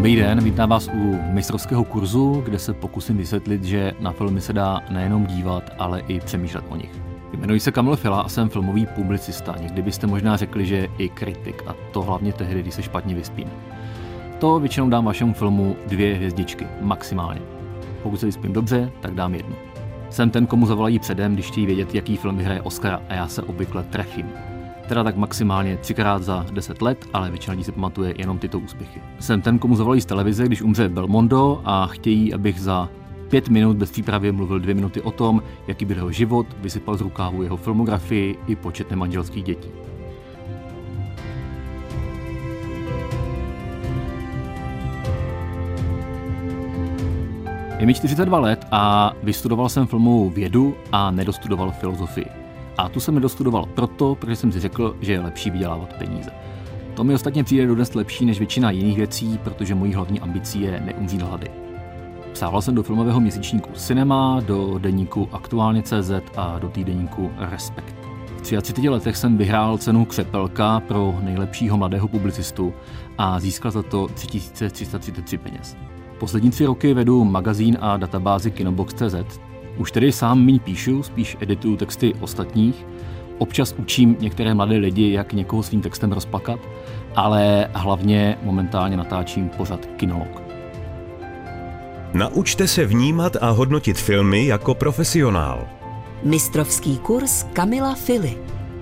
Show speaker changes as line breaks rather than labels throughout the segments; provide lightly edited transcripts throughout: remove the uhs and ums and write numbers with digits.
Dobrý den, vítám vás u mistrovského kurzu, kde se pokusím vysvětlit, že na filmy se dá nejenom dívat, ale i přemýšlet o nich. Jmenuji se Kamil Fila a jsem filmový publicista. Někdy byste možná řekli, že i kritik, a to hlavně tehdy, když se špatně vyspím. To většinou dám vašemu filmu 2 hvězdičky, maximálně. Pokud se vyspím dobře, tak dám 1. Jsem ten, komu zavolají předem, když chtějí vědět, jaký film vyhraje Oscara, a já se obvykle trefím. Teda tak maximálně 3krát za 10 let, ale většina lidí si pamatuje jenom tyto úspěchy. Jsem ten, komu zavolají z televize, když umře Belmondo a chtějí, abych za 5 minut bez přípravy mluvil 2 minuty o tom, jaký byl jeho život, vysypal z rukávu jeho filmografii i počet nemanželských dětí. Je mi 42 let a vystudoval jsem filmovou vědu a nedostudoval filozofii. A tu jsem nedostudoval protože jsem si řekl, že je lepší vydělávat peníze. To mi ostatně přijde dodnes lepší než většina jiných věcí, protože mojí hlavní ambicí je neumřít hlady. Psával jsem do filmového měsíčníku Cinema, do deníku Aktuálně.cz a do týdeníku Respekt. V 33 letech jsem vyhrál cenu Křepelka pro nejlepšího mladého publicistu a získal za to 3333 peněz. Poslední 3 roky vedu magazín a databázi Kinobox.cz. Už tedy sám míň píšu, spíš edituju texty ostatních. Občas učím některé mladé lidi, jak někoho svým textem rozplakat, ale hlavně momentálně natáčím pořad Kinolog.
Naučte se vnímat a hodnotit filmy jako profesionál.
Mistrovský kurz Kamila Fily.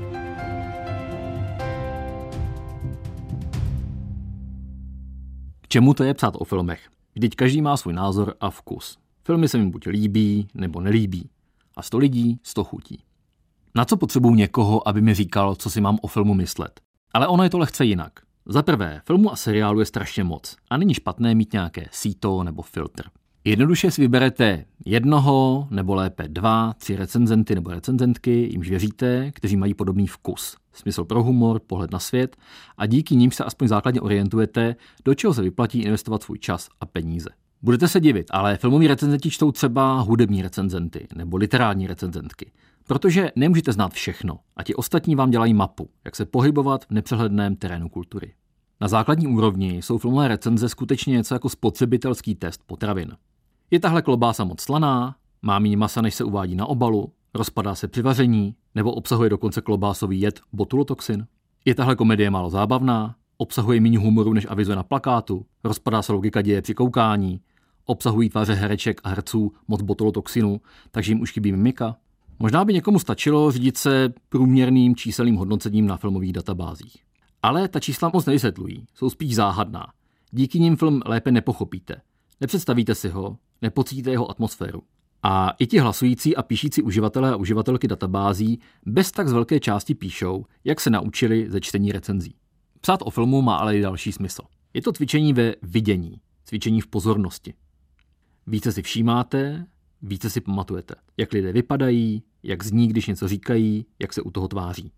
K čemu to je psát o filmech? Vždyť každý má svůj názor a vkus. Filmy se mi buď líbí, nebo nelíbí. A 100 lidí, 100 chutí. Na co potřebuji někoho, aby mi říkal, co si mám o filmu myslet? Ale ono je to lehce jinak. Za prvé, filmu a seriálu je strašně moc a není špatné mít nějaké síto nebo filtr. Jednoduše si vyberete jednoho, nebo lépe 2, 3 recenzenty nebo recenzentky, jimž věříte, kteří mají podobný vkus, smysl pro humor, pohled na svět a díky nim se aspoň základně orientujete, do čeho se vyplatí investovat svůj čas a peníze. Budete se divit, ale filmoví recenzenti čtou třeba hudební recenzenty nebo literární recenzentky, protože nemůžete znát všechno a ti ostatní vám dělají mapu, jak se pohybovat v nepřehledném terénu kultury. Na základní úrovni jsou filmové recenze skutečně něco jako spotřebitelský test potravin. Je tahle klobása moc slaná, má méně masa, než se uvádí na obalu, rozpadá se při vaření, nebo obsahuje dokonce klobásový jed botulotoxin? Je tahle komedie málo zábavná, obsahuje méně humoru, než avizuje na plakátu, rozpadá se logika děje při koukání, obsahují tváře hereček a herců moc botulotoxinu, takže jim už chybí mimika? Možná by někomu stačilo řídit se průměrným číselným hodnocením na filmových databázích. Ale ta čísla moc nevysvětlují, jsou spíš záhadná. Díky nim film lépe nepochopíte. Nepředstavíte si ho, nepocítíte jeho atmosféru. A i ti hlasující a píšící uživatelé a uživatelky databází bez tak z velké části píšou, jak se naučili ze čtení recenzí. Psát o filmu má ale i další smysl. Je to cvičení ve vidění, cvičení v pozornosti. Více si všímáte, více si pamatujete, jak lidé vypadají, jak zní, když něco říkají, jak se u toho tváří.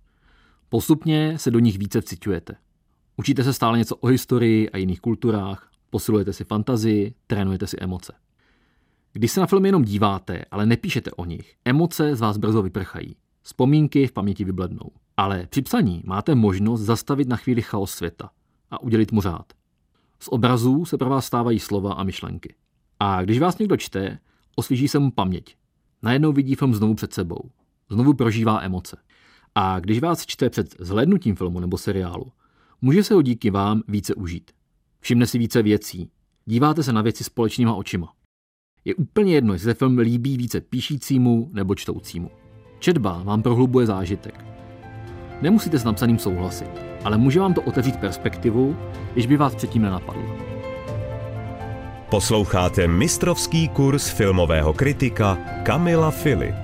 Postupně se do nich více vciťujete. Učíte se stále něco o historii a jiných kulturách, posilujete si fantazii, trénujete si emoce. Když se na filmy jenom díváte, ale nepíšete o nich, emoce z vás brzo vyprchají. Vzpomínky v paměti vyblednou. Ale při psaní máte možnost zastavit na chvíli chaos světa a udělit mu řád. Z obrazů se pro vás stávají slova a myšlenky. A když vás někdo čte, osvěží se mu paměť. Najednou vidí film znovu před sebou. Znovu prožívá emoce. A když vás čte před zhlédnutím filmu nebo seriálu, může se ho díky vám více užít. Všimne si více věcí. Díváte se na věci společnýma očima. Je úplně jedno, jestli se film líbí více píšícímu nebo čtoucímu. Četba vám prohlubuje zážitek. Nemusíte s napsaným souhlasit, ale může vám to otevřít perspektivu, když by vás předtím nenapadlo.
Posloucháte mistrovský kurz filmového kritika Kamila Fily.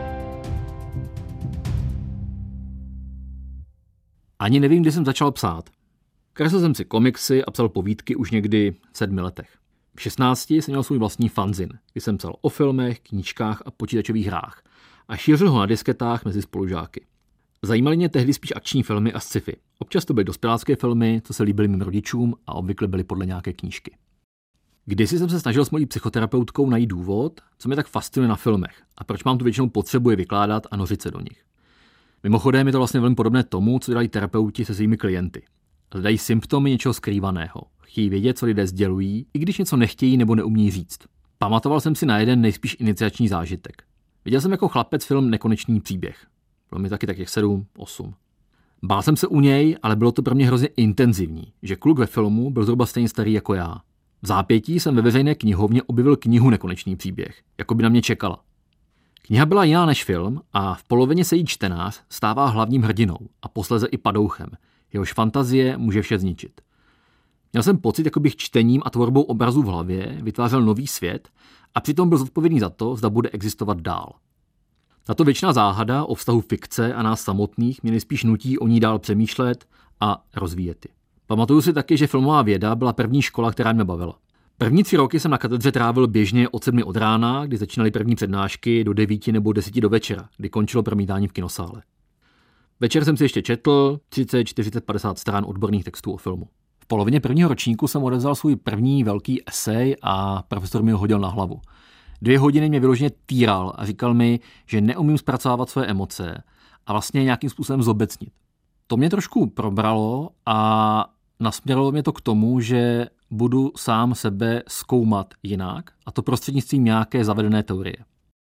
Ani nevím, kdy jsem začal psát. Kreslil jsem si komiksy a psal povídky už někdy v 7 letech. V 16 jsem měl svůj vlastní fanzin, kdy jsem psal o filmech, knížkách a počítačových hrách a šířil ho na disketách mezi spolužáky. Zajímaly mě tehdy spíš akční filmy a sci-fi. Občas to byly dospělácké filmy, co se líbily mým rodičům a obvykle byly podle nějaké knížky. Kdysi jsem se snažil s mojí psychoterapeutkou najít důvod, co mě tak fascinuje na filmech a proč mám tu většinou potřebu je vykládat a nořit se do nich. Mimochodem je to vlastně velmi podobné tomu, co dělají terapeuti se svými klienty. Hledají symptomy něčeho skrývaného. Chtějí vědět, co lidé sdělují, i když něco nechtějí nebo neumí říct. Pamatoval jsem si na jeden nejspíš iniciační zážitek. Viděl jsem jako chlapec film Nekonečný příběh. Bylo mi taky těch 7, 8. Bál jsem se u něj, ale bylo to pro mě hrozně intenzivní, že kluk ve filmu byl zhruba stejně starý jako já. V zápětí jsem ve veřejné knihovně objevil knihu Nekonečný příběh, jako by na mě čekala. Kniha byla jiná než film a v polovině se jí čtenář stává hlavním hrdinou a posléze i padouchem. Jehož fantazie může vše zničit. Měl jsem pocit, jako bych čtením a tvorbou obrazů v hlavě vytvářel nový svět a přitom byl zodpovědný za to, zda bude existovat dál. Tato věčná záhada o vztahu fikce a nás samotných mě nejspíš nutí o ní dál přemýšlet a rozvíjet ji. Pamatuju si taky, že filmová věda byla první škola, která mě bavila. První 3 roky jsem na katedře trávil běžně od 7 od rána, kdy začínaly první přednášky, do 9 nebo 10 do večera, kdy končilo promítání v kinosále. Večer jsem si ještě četl 30, 40, 50 stran odborných textů o filmu. V polovině prvního ročníku jsem odevzal svůj první velký esej a profesor mi ho hodil na hlavu. 2 hodiny mě vyloženě týral a říkal mi, že neumím zpracovávat své emoce a vlastně nějakým způsobem zobecnit. To mě trošku probralo a nasměrovalo mě to k tomu, že budu sám sebe zkoumat jinak, a to prostřednictvím nějaké zavedené teorie.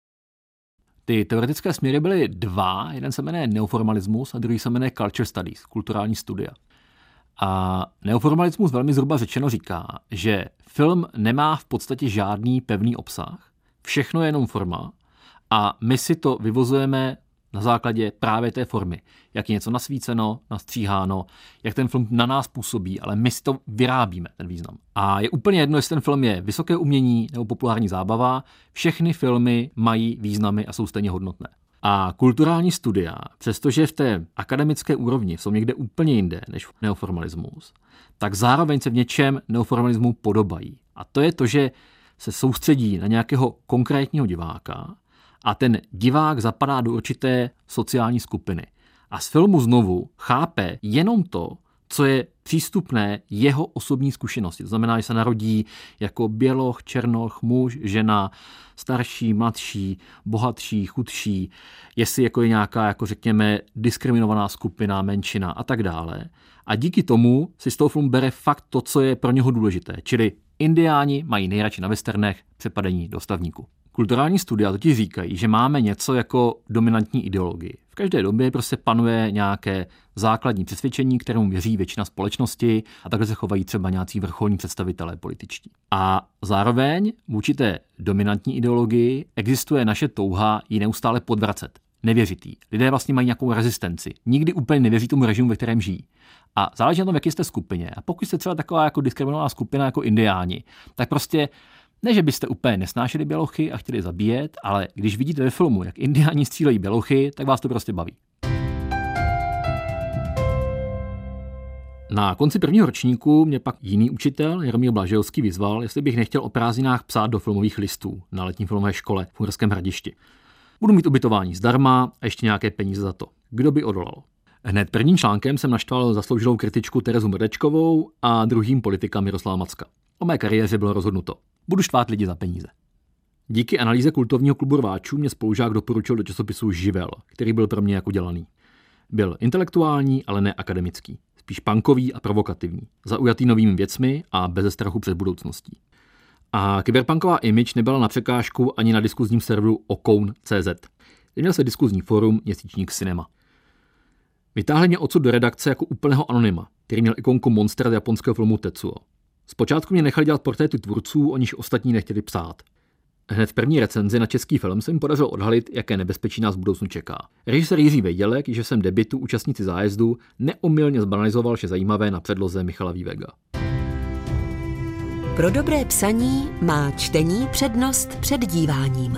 Ty teoretické směry byly 2, jeden se jmenuje neoformalismus a druhý se jmenuje culture studies, kulturální studia. A neoformalismus velmi zhruba řečeno říká, že film nemá v podstatě žádný pevný obsah, všechno je jenom forma a my si to vyvozujeme na základě právě té formy. Jak je něco nasvíceno, nastříháno, jak ten film na nás působí, ale my si to vyrábíme, ten význam. A je úplně jedno, jestli ten film je vysoké umění nebo populární zábava, všechny filmy mají významy a jsou stejně hodnotné. A kulturální studia, přestože v té akademické úrovni jsou někde úplně jinde než neoformalismus, tak zároveň se v něčem neoformalismu podobají. A to je to, že se soustředí na nějakého konkrétního diváka a ten divák zapadá do určité sociální skupiny. A z filmu znovu chápe jenom to, co je přístupné jeho osobní zkušenosti. To znamená, že se narodí jako běloch, černoch, muž, žena, starší, mladší, bohatší, chudší, jestli jako je nějaká, jako řekněme, diskriminovaná skupina, menšina a tak dále. A díky tomu si z toho filmu bere fakt to, co je pro něho důležité. Čili indiáni mají nejradši na westernech přepadení do stavníku. Kulturální studia totiž říkají, že máme něco jako dominantní ideologii. V každé době prostě panuje nějaké základní přesvědčení, kterému věří většina společnosti a takhle se chovají třeba nějací vrcholní představitelé političtí. A zároveň vůči té dominantní ideologii existuje naše touha ji neustále podvracet. Nevěřitý. Lidé vlastně mají nějakou rezistenci. Nikdy úplně nevěří tomu režimu, ve kterém žijí. A záleží na tom, v jaké jste skupině. A pokud jste třeba taková jako diskriminovaná skupina jako indiáni, tak prostě ne, že byste úplně nesnášeli bělochy a chtěli zabíjet, ale když vidíte ve filmu, jak indiáni střílejí bělochy, tak vás to prostě baví. Na konci prvního ročníku mě pak jiný učitel, Jaromír Blažejovský, vyzval, jestli bych nechtěl o prázdninách psát do filmových listů na letní filmové škole v Uherském Hradišti. Budu mít ubytování zdarma a ještě nějaké peníze za to. Kdo by odolal? Hned prvním článkem jsem naštval zasloužilou kritičku Terezu Mrdečkovou a druhým politika Miroslava Macka. O mé kariéře bylo rozhodnuto. Budu štvát lidi za peníze. Díky analýze kultovního klubu rváčů mě spolužák doporučil do časopisu Živel, který byl pro mě jako dělaný. Byl intelektuální, ale ne akademický. Spíš punkový a provokativní. Zaujatý novými věcmi a beze strachu před budoucností. A kyberpunková image nebyla na překážku ani na diskuzním serveru Okoun.cz. Měl se diskuzní fórum Měsíčník Cinema. Vytáhli mě odsud do redakce jako úplného anonyma, který měl ikonku monstera z japonského filmu Tetsuo. Zpočátku mě nechali dělat portréty tvůrců, o nichž ostatní nechtěli psát. Hned v první recenzi na český film se mi podařilo odhalit, jaké nebezpečí nás v budoucnu čeká. Režisér Jiří Vejdělek, již jsem debitu účastníci zájezdu, neomylně zbanalizoval vše zajímavé na předloze Michala Vývega.
Pro dobré psaní má čtení přednost před díváním.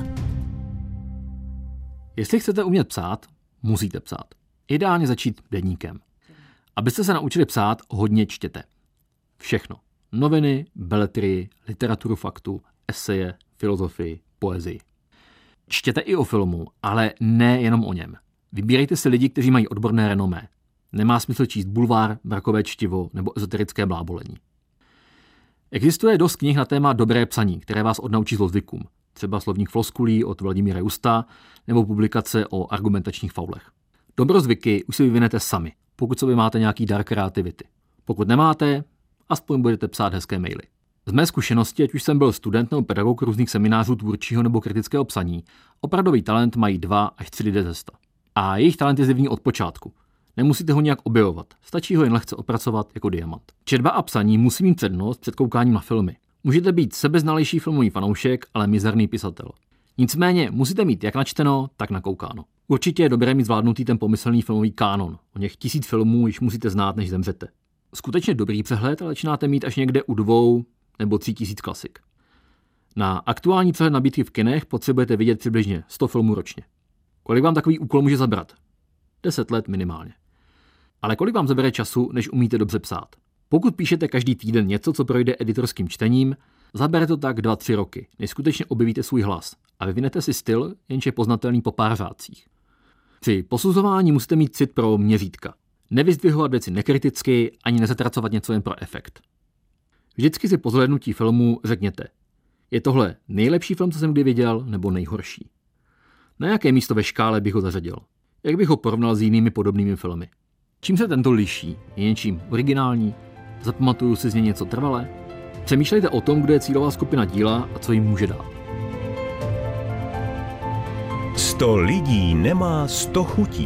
Jestli chcete umět psát, musíte psát. Ideálně začít deníkem. Abyste se naučili psát, hodně čtěte. Všechno. Noviny, beletrii, literaturu faktu, eseje, filozofii, poezii. Čtěte i o filmu, ale ne jenom o něm. Vybírejte si lidi, kteří mají odborné renomé. Nemá smysl číst bulvár, mrakové čtivo nebo ezoterické blábolení. Existuje dost knih na téma dobré psaní, které vás odnaučí zlozvykům. Třeba slovník floskulí od Vladimíra Justa nebo publikace o argumentačních faulech. Dobrozvyky už si vyvinete sami, pokud sobě máte nějaký dar kreativity. Pokud nemáte, aspoň budete psát hezké maily. Z mé zkušenosti, ať už jsem byl student nebo pedagog různých seminářů tvůrčího nebo kritického psaní, opravdový talent mají 2 až 3 lidé ze 100. A jejich talent je zjevný od počátku. Nemusíte ho nějak objevovat, stačí ho jen lehce opracovat jako diamant. Četba a psaní musí mít přednost před koukáním na filmy. Můžete být sebeznalejší filmový fanoušek, ale mizerný pisatel. Nicméně musíte mít jak načteno, tak nakoukáno. Určitě je dobré mít zvládnutý ten pomyslný filmový kánon. O něch 1000 filmů již musíte znát, než zemřete. Skutečně dobrý přehled ale začínáte mít až někde u 2 nebo 3000 klasik. Na aktuální přehled nabídky v kinech potřebujete vidět přibližně 100 filmů ročně. Kolik vám takový úkol může zabrat? 10 let minimálně. Ale kolik vám zabere času, než umíte dobře psát? Pokud píšete každý týden něco, co projde editorským čtením, zabere to tak 2-3 roky, než skutečně objevíte svůj hlas a vyvinete si styl, jenž je poznatelný po pár řádcích. Při posuzování musíte mít cit pro měřítka. Nevyzdvihovat věci nekriticky, ani nezatracovat něco jen pro efekt. Vždycky si po zhlédnutí filmu řekněte, je tohle nejlepší film, co jsem kdy viděl, nebo nejhorší? Na jaké místo ve škále bych ho zařadil? Jak bych ho porovnal s jinými podobnými filmy? Čím se tento liší? Je něčím originální? Zapamatuju si z něj něco trvalé? Přemýšlejte o tom, kdo je cílová skupina díla a co jim může dát.
100 lidí nemá 100 chutí.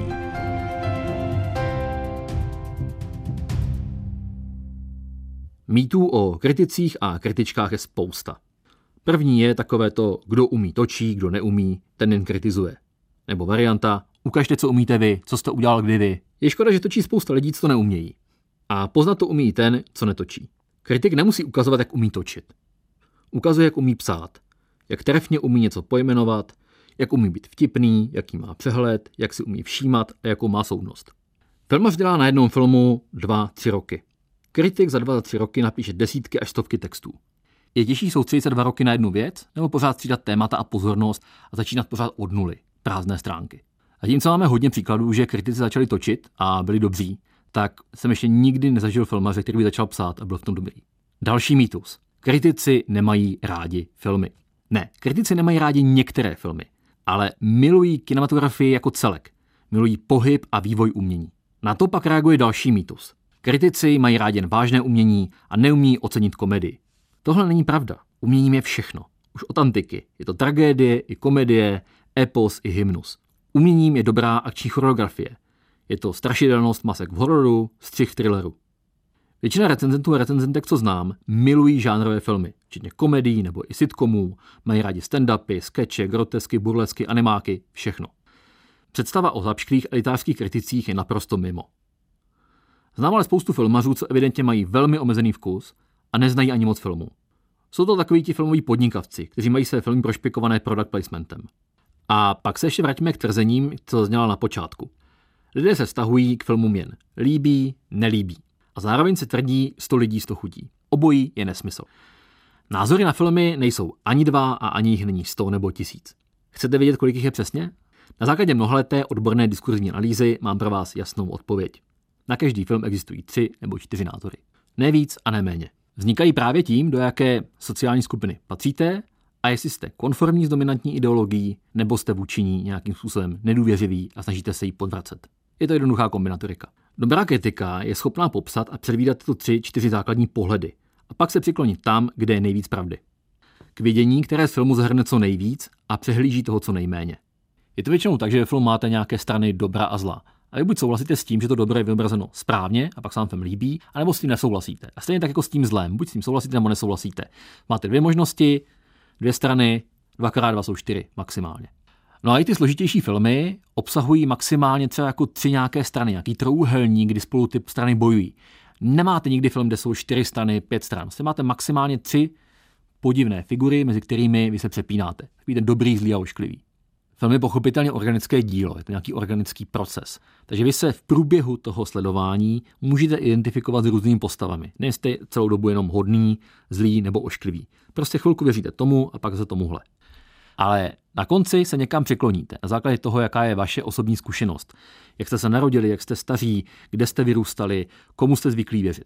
Mýtů o kriticích a kritičkách je spousta. První je takové to, kdo umí točí, kdo neumí, ten jen kritizuje. Nebo varianta, ukažte, co umíte vy, co jste udělal kdy vy. Je škoda, že točí spousta lidí, co to neumějí. A poznat to umí i ten, co netočí. Kritik nemusí ukazovat, jak umí točit. Ukazuje, jak umí psát, jak trefně umí něco pojmenovat, jak umí být vtipný, jaký má přehled, jak si umí všímat a jakou má soudnost. Filmař dělá na jednom filmu 2-3 roky. Kritik za 2-3 roky napíše desítky až stovky textů. Je těžší soustředit se 2 roky na jednu věc, nebo pořád střídat témata a pozornost a začínat pořád od nuly, prázdné stránky. A tím, co máme hodně příkladů, že kritici začali točit a byli dobří, tak jsem ještě nikdy nezažil filmaře, který by začal psát a byl v tom dobrý. Další mýtus. Kritici nemají rádi filmy. Ne, kritici nemají rádi některé filmy, ale milují kinematografii jako celek. Milují pohyb a vývoj umění. Na to pak reaguje další mýtus. Kritici mají rádi jen vážné umění a neumí ocenit komedii. Tohle není pravda. Uměním je všechno. Už od antiky. Je to tragédie i komedie, epos i hymnus. Uměním je dobrá akční choreografie. Je to strašidelnost masek v hororu, střih v thrilleru. Většina recenzentů a recenzentek, co znám, milují žánrové filmy, včetně komedií nebo i sitcomů, mají rádi stand-upy, skeče, grotesky, burlesky, animáky, všechno. Představa o zapšklých elitářských kriticích je naprosto mimo. Znám ale spoustu filmařů, co evidentně mají velmi omezený vkus a neznají ani moc filmů. Jsou to takoví ti filmoví podnikavci, kteří mají své filmy prošpikované product placementem. A pak se ještě vrátíme k tvrzením, co zazněla na počátku. Lidé se vztahují k filmům jen líbí, nelíbí. A zároveň se tvrdí 100 lidí 100 chutí. Obojí je nesmysl. Názory na filmy nejsou ani 2 a ani jich není 100 nebo 1000. Chcete vědět, kolik jich je přesně? Na základě mnohaleté odborné diskurzní analýzy mám pro vás jasnou odpověď. Na každý film existují 3 nebo 4 názory. Ne víc a ne méně. Vznikají právě tím, do jaké sociální skupiny patříte a jestli jste konformní s dominantní ideologií nebo jste vůči ní nějakým způsobem nedůvěřiví a snažíte se jí podvracet. Je to jednoduchá kombinatorika. Dobrá kritika je schopná popsat a předvídat tyto 3-4 základní pohledy a pak se přiklonit tam, kde je nejvíc pravdy. K vidění, které z filmu zahrne co nejvíc a přehlíží toho co nejméně. Je to většinou tak, že ve filmu máte nějaké strany dobra a zla. A vy buď souhlasíte s tím, že to dobro je vyobrazeno správně a pak se vám film líbí, anebo s tím nesouhlasíte. A stejně tak jako s tím zlem, buď s tím souhlasíte nebo nesouhlasíte. Máte 2 možnosti, 2 strany, 2x2 jsou 4 maximálně. No a i ty složitější filmy obsahují maximálně třeba jako 3 nějaké strany, nějaký trouhelník, kdy spolu ty strany bojují. Nemáte nikdy film, kde jsou 4 strany, 5 stran. Máte maximálně 3 podivné figury, mezi kterými vy se přepínáte. Takový ten dobrý, zlý a ošklivý. Film je pochopitelně organické dílo, je to nějaký organický proces. Takže vy se v průběhu toho sledování můžete identifikovat s různými postavami. Nejste celou dobu jenom hodný, zlý nebo ošklivý. Prostě chvilku věříte tomu a pak za tomuhle. Ale na konci se někam přikloníte na základě toho, jaká je vaše osobní zkušenost. Jak jste se narodili, jak jste staří, kde jste vyrůstali, komu jste zvyklí věřit.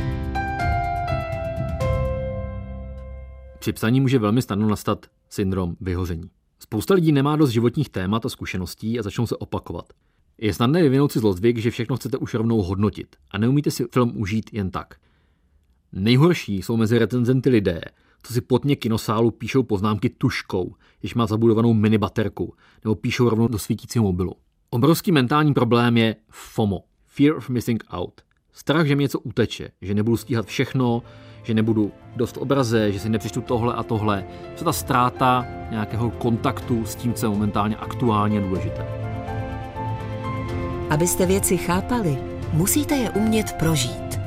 Při psaní může velmi snadno nastat syndrom vyhoření. Spousta lidí nemá dost životních témat a zkušeností a začnou se opakovat. Je snadné vyvinout si zlozvyk, že všechno chcete už rovnou hodnotit a neumíte si film užít jen tak. Nejhorší jsou mezi recenzenty lidé, co si potně kinosálu píšou poznámky tužkou, jež má zabudovanou mini baterku, nebo píšou rovnou do svítícího mobilu. Obrovský mentální problém je FOMO, Fear of Missing Out. Strach, že mi něco uteče, že nebudu stíhat všechno, že nebudu dost v obraze, že si nepřečtu tohle a tohle. To je ta ztráta nějakého kontaktu s tím, co je momentálně aktuálně důležité.
Abyste věci chápali, musíte je umět prožít.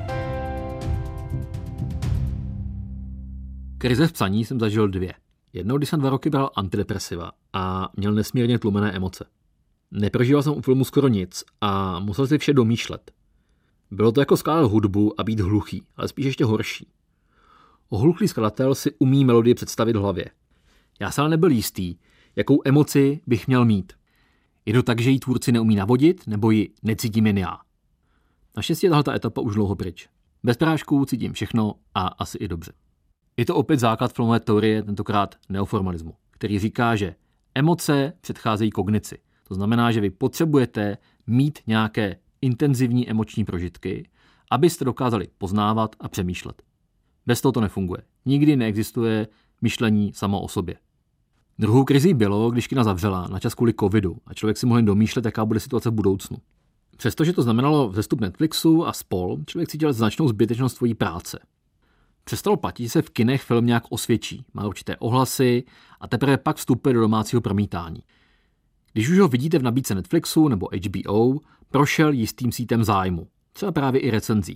Krize v psaní jsem zažil 2. Jednou, když jsem 2 roky bral antidepresiva a měl nesmírně tlumené emoce. Neprožíval jsem u filmu skoro nic a musel si vše domýšlet. Bylo to jako skládat hudbu a být hluchý, ale spíš ještě horší. Ohluchlý skladatel si umí melodii představit v hlavě. Já se ale nebyl jistý, jakou emoci bych měl mít. Je to tak, že ji tvůrci neumí navodit, nebo ji necítím jen já. Naštěstí je tahle etapa už dlouho pryč. Bez prášků cítím všechno a asi i dobře. Je to opět základ filmové teorie, tentokrát neoformalismu, který říká, že emoce předcházejí kognici. To znamená, že vy potřebujete mít nějaké intenzivní emoční prožitky, abyste dokázali poznávat a přemýšlet. Bez toho to nefunguje. Nikdy neexistuje myšlení samo o sobě. Druhou krizí bylo, když kina zavřela na čas kvůli covidu a člověk si mohl domýšlet, jaká bude situace v budoucnu. Přestože to znamenalo vzestup Netflixu a spol, člověk cítil značnou zbytečnost svojí práce. Přestalo platit, že se v kinech film nějak osvědčí, má určité ohlasy a teprve pak vstupuje do domácího promítání. Když už ho vidíte v nabídce Netflixu nebo HBO, prošel jistým sítem zájmu, třeba právě i recenzí.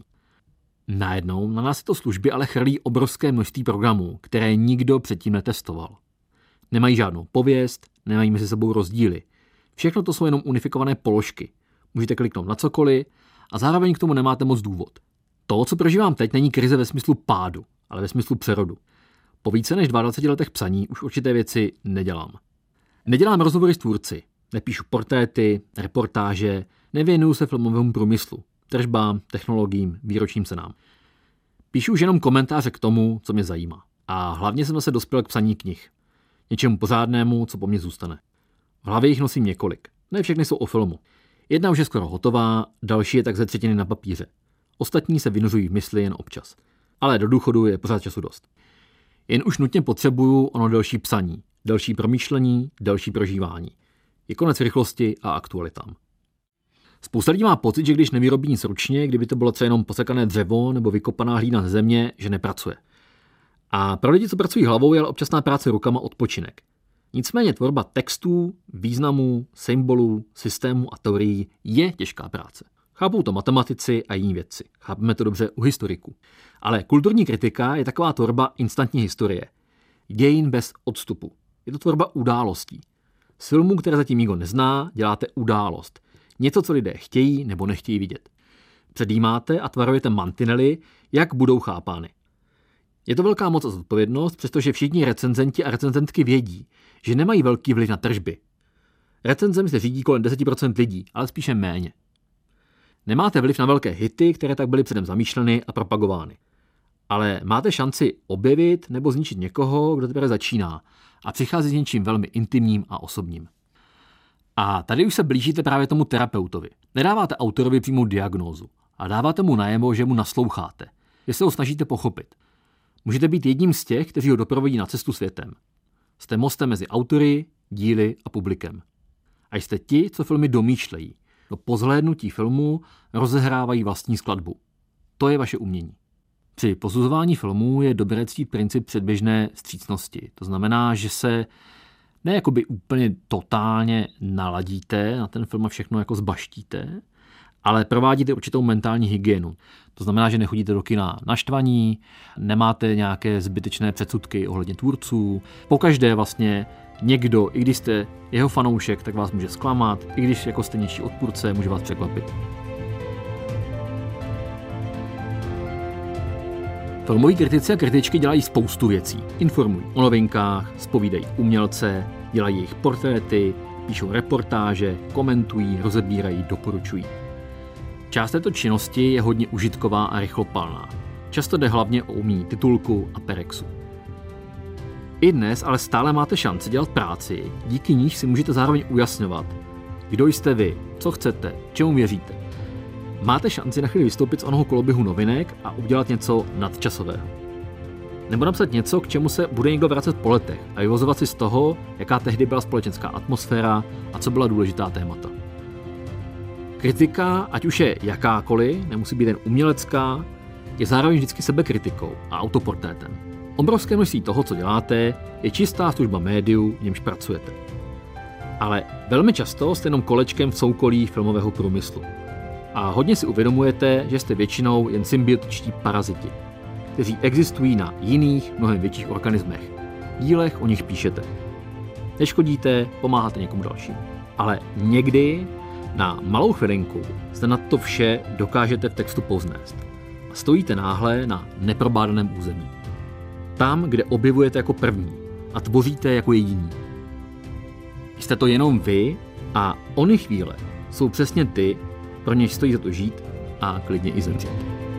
Najednou na nás tyto služby ale chrlí obrovské množství programů, které nikdo předtím netestoval. Nemají žádnou pověst, nemají mezi sebou rozdíly. Všechno to jsou jenom unifikované položky. Můžete kliknout na cokoliv a zároveň k tomu nemáte moc důvod. To, co prožívám teď, není krize ve smyslu pádu, ale ve smyslu přerodu. Po více než 22 letech psaní už určité věci nedělám. Nedělám rozhovory s tvůrci, nepíšu portréty, reportáže, nevěnuju se filmovému průmyslu, tržbám, technologiím, výročním cenám. Píšu už jenom komentáře k tomu, co mě zajímá. A hlavně jsem zase dospěl k psaní knih. Něčemu pořádnému, co po mně zůstane. V hlavě jich nosím několik. Ne všechny jsou o filmu. Jedna už je skoro hotová, další je tak ze 1/3 na papíře. Ostatní se vynořují v mysli jen občas. Ale do důchodu je pořád času dost. Jen už nutně potřebuju ono delší psaní, delší promýšlení, delší prožívání. Je konec rychlosti a aktualitám. Spousta lidí má pocit, že když nevyrobí nic ručně, kdyby to bylo třeba jenom posekané dřevo nebo vykopaná hlína ze země, že nepracuje. A pro lidi, co pracují hlavou, je ale občasná práce rukama odpočinek. Nicméně tvorba textů, významů, symbolů, systémů a teorií je těžká práce. Chápou to matematici a jiní vědci. Chápeme to dobře u historiků. Ale kulturní kritika je taková tvorba instantní historie. Dějin bez odstupu. Je to tvorba událostí. Z filmů, které zatím nikdo nezná, děláte událost. Něco, co lidé chtějí nebo nechtějí vidět. Předjímáte a tvarujete mantinely, jak budou chápány. Je to velká moc a zodpovědnost, přestože všichni recenzenti a recenzentky vědí, že nemají velký vliv na tržby. Recenzem se řídí kolem 10% lidí, ale spíše méně. Nemáte vliv na velké hity, které tak byly předem zamýšleny a propagovány. Ale máte šanci objevit nebo zničit někoho, kdo teprve začíná a přichází s něčím velmi intimním a osobním. A tady už se blížíte právě tomu terapeutovi. Nedáváte autorovi přímou diagnózu a dáváte mu najevo, že mu nasloucháte, že se ho snažíte pochopit. Můžete být jedním z těch, kteří ho doprovodí na cestu světem. Jste mostem mezi autory, díly a publikem. A jste ti, co filmy domýšlejí. Po zhlédnutí filmu rozehrávají vlastní skladbu. To je vaše umění. Při posuzování filmů je dobré ctít princip předběžné vstřícnosti. To znamená, že se ne jakoby úplně totálně naladíte na ten film a všechno jako zbaštíte, ale provádíte určitou mentální hygienu. To znamená, že nechodíte do kina naštvaní, nemáte nějaké zbytečné předsudky ohledně tvůrců. Pokaždé vlastně někdo, i když jste jeho fanoušek, tak vás může zklamat, i když jako jste něčí odpůrce, může vás překvapit. Filmoví kritici a kritičky dělají spoustu věcí. Informují o novinkách, zpovídají umělce, dělají jejich portréty, píšou reportáže, komentují, rozebírají, doporučují. Část této činnosti je hodně užitková a rychlopalná. Často jde hlavně o umění titulku a perexu. I dnes ale stále máte šanci dělat práci, díky níž si můžete zároveň ujasňovat, Kdo jste vy? Co chcete? Čemu věříte? Máte šanci na chvíli vystoupit z onoho koloběhu novinek a udělat něco nadčasového. Nebo napsat něco, k čemu se bude někdo vracet po letech a vyvozovat si z toho, jaká tehdy byla společenská atmosféra a co byla důležitá témata. Kritika, ať už je jakákoliv, nemusí být jen umělecká, je zároveň vždycky sebekritikou a autoportrétem. Obrovské množství toho, co děláte, je čistá služba médiu, v němž pracujete. Ale velmi často jste jenom kolečkem v soukolí filmového průmyslu. A hodně si uvědomujete, že jste většinou jen symbiotičtí paraziti, kteří existují na jiných, mnohem větších organismech. V dílech o nich píšete. Neškodíte, pomáháte někomu dalšímu. Ale někdy na malou chvilinku se na to vše dokážete v textu povznést. A stojíte náhle na neprobádaném území. Tam, kde objevujete jako první a tvoříte jako jediní. Jste to jenom vy a ony chvíle jsou přesně ty, pro něž stojí za to žít a klidně i zemřít.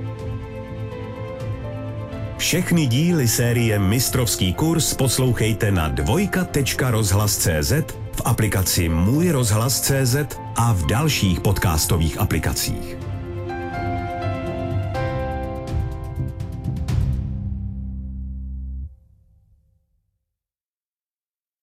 Všechny díly série Mistrovský kurz poslouchejte na dvojka.rozhlas.cz, v aplikaci Můj rozhlas.cz a v dalších podcastových aplikacích.